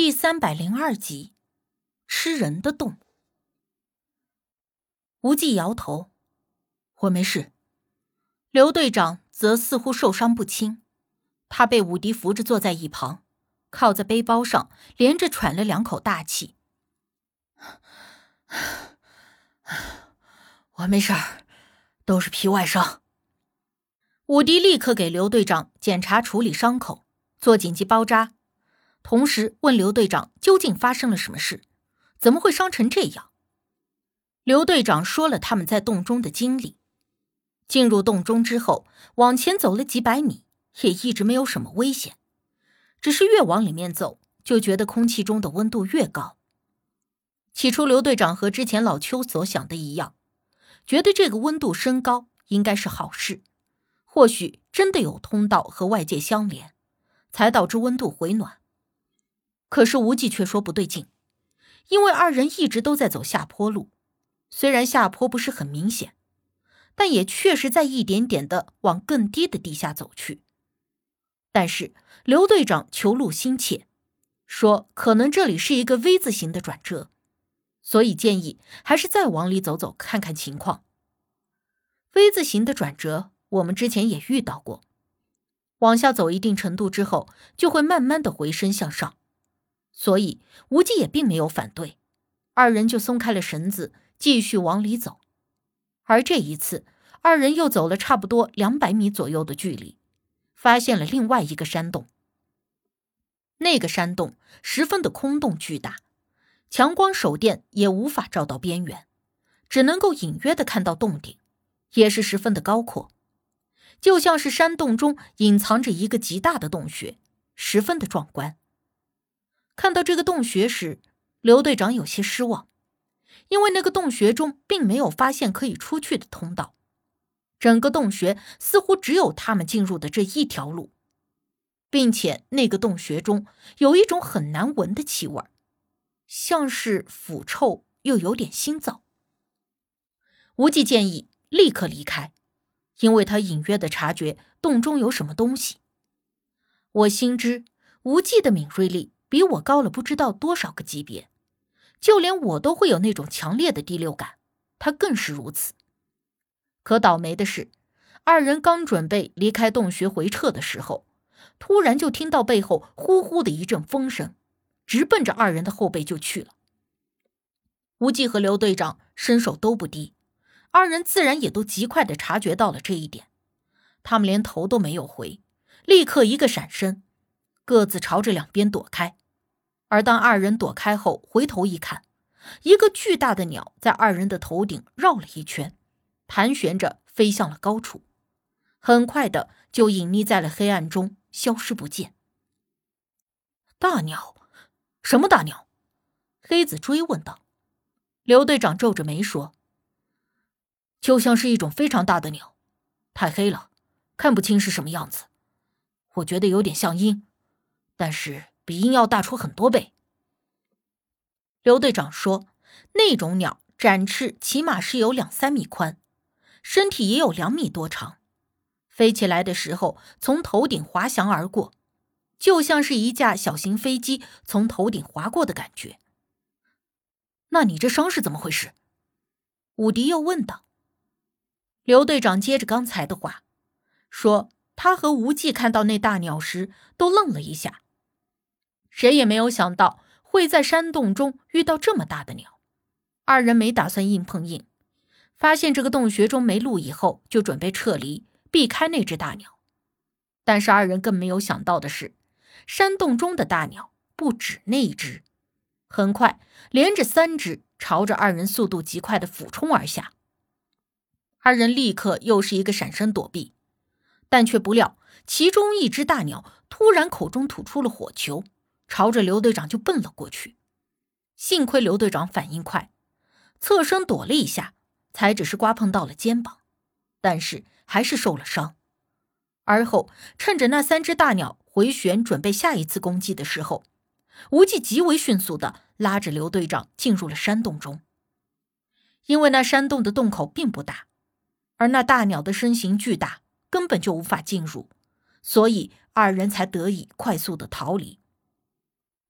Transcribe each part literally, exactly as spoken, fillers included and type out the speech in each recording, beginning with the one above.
第三百零二集，吃人的洞。无忌摇头，我没事。刘队长则似乎受伤不轻，他被武迪扶着坐在一旁，靠在背包上，连着喘了两口大气。 我没事儿，都是皮外伤。 武迪立刻给刘队长检查处理伤口，做紧急包扎，同时问刘队长究竟发生了什么事，怎么会伤成这样。刘队长说了他们在洞中的经历。进入洞中之后，往前走了几百米，也一直没有什么危险，只是越往里面走，就觉得空气中的温度越高。起初刘队长和之前老邱所想的一样，觉得这个温度升高应该是好事，或许真的有通道和外界相连，才导致温度回暖。可是无忌却说不对劲，因为二人一直都在走下坡路，虽然下坡不是很明显，但也确实在一点点的往更低的地下走去。但是刘队长求路心切，说可能这里是一个 V 字形的转折，所以建议还是再往里走走看看情况。V 字形的转折我们之前也遇到过，往下走一定程度之后就会慢慢的回升向上，所以无忌也并没有反对，二人就松开了绳子继续往里走。而这一次二人又走了差不多两百米左右的距离，发现了另外一个山洞。那个山洞十分的空洞巨大，强光手电也无法照到边缘，只能够隐约的看到洞顶，也是十分的高阔，就像是山洞中隐藏着一个极大的洞穴，十分的壮观。看到这个洞穴时，刘队长有些失望，因为那个洞穴中并没有发现可以出去的通道，整个洞穴似乎只有他们进入的这一条路，并且那个洞穴中有一种很难闻的气味，像是腐臭又有点腥臊。无忌建议立刻离开，因为他隐约的察觉洞中有什么东西。我心知无忌的敏锐力比我高了不知道多少个级别，就连我都会有那种强烈的第六感，他更是如此。可倒霉的是，二人刚准备离开洞穴回撤的时候，突然就听到背后呼呼的一阵风声，直奔着二人的后背就去了。无忌和刘队长身手都不低，二人自然也都极快地察觉到了这一点，他们连头都没有回，立刻一个闪身，各自朝着两边躲开。而当二人躲开后回头一看，一个巨大的鸟在二人的头顶绕了一圈，盘旋着飞向了高处，很快的就隐匿在了黑暗中，消失不见。 大鸟？什么大鸟？ 黑子追问道。刘队长皱着眉说， 就像是一种非常大的鸟，太黑了，看不清是什么样子。我觉得有点像鹰，但是比鹰要大出很多倍。 刘队长说，那种鸟展翅起码是有两三米宽，身体也有两米多长，飞起来的时候从头顶滑翔而过，就像是一架小型飞机从头顶划过的感觉。 那你这伤是怎么回事？ 武迪又问道。刘队长接着刚才的话，说他和无忌看到那大鸟时都愣了一下，谁也没有想到会在山洞中遇到这么大的鸟。二人没打算硬碰硬，发现这个洞穴中没路以后，就准备撤离，避开那只大鸟。但是二人更没有想到的是，山洞中的大鸟不止那一只，很快连着三只朝着二人速度极快的俯冲而下。二人立刻又是一个闪身躲避，但却不料其中一只大鸟突然口中吐出了火球，朝着刘队长就奔了过去。幸亏刘队长反应快，侧身躲了一下，才只是刮碰到了肩膀，但是还是受了伤。而后趁着那三只大鸟回旋准备下一次攻击的时候，无忌极为迅速地拉着刘队长进入了山洞中。因为那山洞的洞口并不大，而那大鸟的身形巨大，根本就无法进入，所以二人才得以快速地逃离。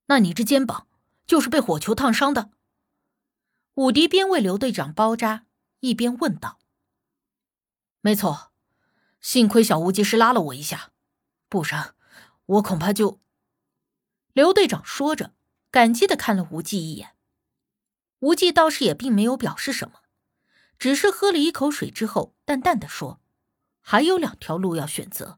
那你这肩膀就是被火球烫伤的？ 武迪边为刘队长包扎，一边问道。 没错，幸亏小吴及时拉了我一下，不然我恐怕就…… 刘队长说着，感激地看了无忌一眼。无忌倒是也并没有表示什么，只是喝了一口水之后，淡淡地说：“还有两条路要选择。”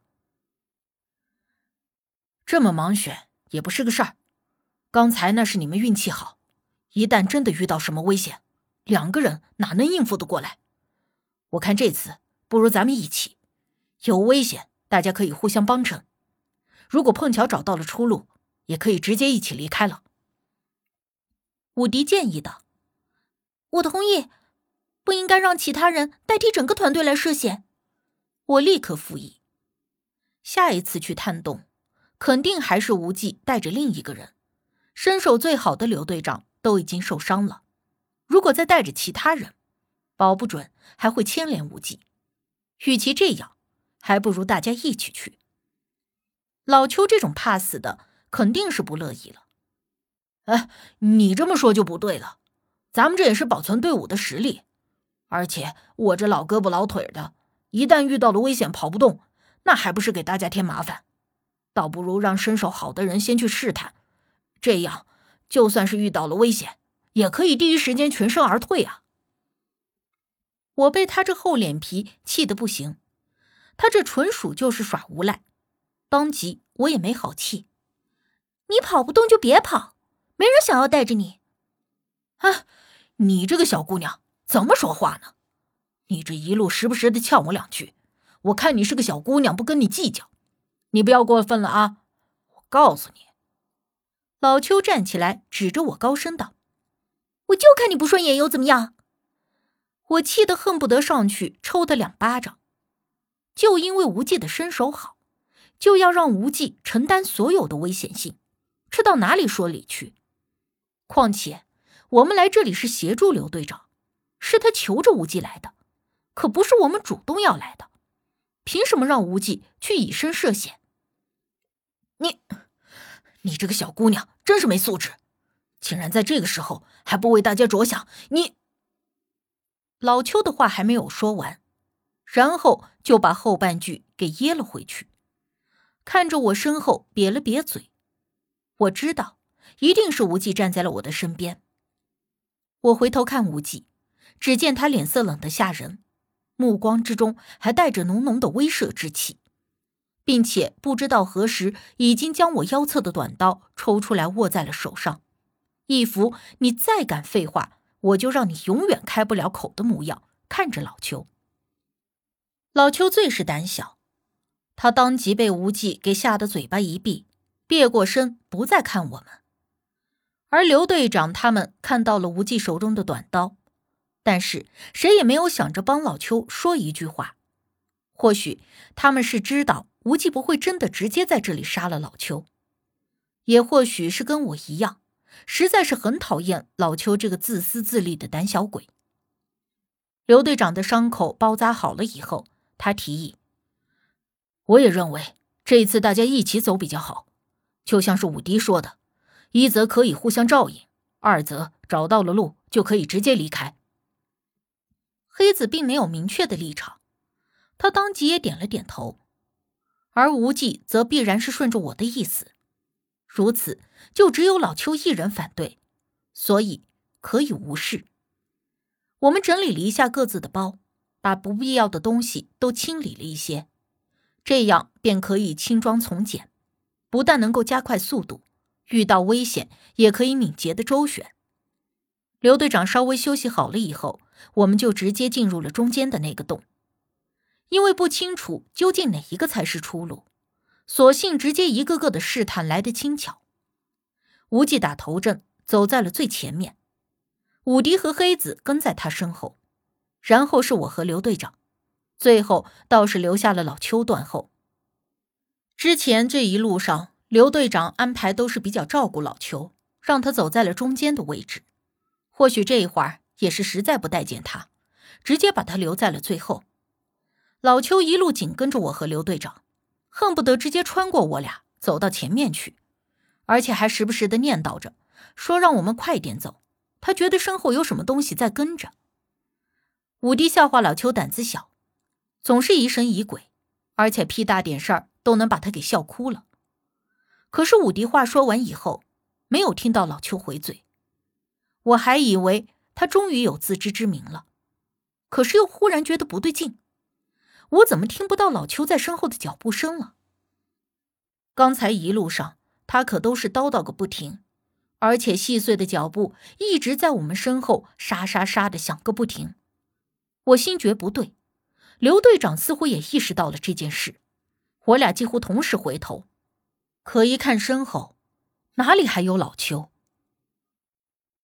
这么盲选也不是个事儿。刚才那是你们运气好，一旦真的遇到什么危险，两个人哪能应付得过来？我看这次不如咱们一起，有危险大家可以互相帮衬。如果碰巧找到了出路，也可以直接一起离开了。 武迪建议道。我同意，不应该让其他人代替整个团队来涉险。我立刻附议。下一次去探洞，肯定还是无忌带着另一个人。身手最好的刘队长都已经受伤了，如果再带着其他人，保不准还会牵连无忌。与其这样，还不如大家一起去。老邱这种怕死的肯定是不乐意了。 哎，你这么说就不对了，咱们这也是保存队伍的实力，而且我这老胳膊老腿的，一旦遇到了危险跑不动，那还不是给大家添麻烦？倒不如让身手好的人先去试探，这样就算是遇到了危险，也可以第一时间全身而退啊。 我被他这厚脸皮气得不行，他这纯属就是耍无赖。当即我也没好气，你跑不动就别跑，没人想要带着你。 啊，你这个小姑娘怎么说话呢？你这一路时不时的呛我两句，我看你是个小姑娘，不跟你计较。你不要过分了啊！我告诉你。 老邱站起来指着我高声道：“我就看你不顺眼又怎么样？”我气得恨不得上去抽他两巴掌。就因为无忌的身手好，就要让无忌承担所有的危险性，这到哪里说理去？况且我们来这里是协助刘队长，是他求着无忌来的，可不是我们主动要来的，凭什么让无忌去以身涉险？ 你你这个小姑娘真是没素质，竟然在这个时候还不为大家着想。你…… 老邱的话还没有说完，然后就把后半句给噎了回去，看着我身后瘪了瘪嘴。我知道一定是无忌站在了我的身边。我回头看无忌，只见他脸色冷得吓人，目光之中还带着浓浓的威慑之气，并且不知道何时已经将我腰侧的短刀抽出来握在了手上，一副你再敢废话我就让你永远开不了口的模样，看着老邱。老邱最是胆小，他当即被无忌给吓得嘴巴一闭，别过身不再看我们。而刘队长他们看到了无忌手中的短刀，但是谁也没有想着帮老邱说一句话。或许他们是知道无忌不会真的直接在这里杀了老邱，也或许是跟我一样，实在是很讨厌老邱这个自私自利的胆小鬼。刘队长的伤口包扎好了以后，他提议：“ 我也认为这一次大家一起走比较好，就像是武迪说的，一则可以互相照应，二则找到了路就可以直接离开。” 黑子并没有明确的立场，他当即也点了点头，而无忌则必然是顺着我的意思。如此，就只有老邱一人反对，所以可以无视。我们整理了一下各自的包，把不必要的东西都清理了一些，这样便可以轻装从简，不但能够加快速度，遇到危险也可以敏捷的周旋。刘队长稍微休息好了以后，我们就直接进入了中间的那个洞。因为不清楚究竟哪一个才是出路，索性直接一个个的试探来得轻巧。无忌打头阵，走在了最前面，武迪和黑子跟在他身后，然后是我和刘队长，最后倒是留下了老邱断后。之前这一路上，刘队长安排都是比较照顾老邱，让他走在了中间的位置。或许这一会儿也是实在不待见他，直接把他留在了最后。老邱一路紧跟着我和刘队长，恨不得直接穿过我俩走到前面去， 而且还时不时地念叨着，说让我们快点走，他觉得身后有什么东西在跟着。武迪笑话老邱胆子小，总是疑神疑鬼，而且屁大点事儿都能把他给笑哭了。可是武迪话说完以后，没有听到老邱回嘴，我还以为他终于有自知之明了，可是又忽然觉得不对劲，我怎么听不到老邱在身后的脚步声了？刚才一路上他可都是叨叨个不停，而且细碎的脚步一直在我们身后沙沙沙的响个不停。我心觉不对，刘队长似乎也意识到了这件事，我俩几乎同时回头，可一看身后，哪里还有老邱？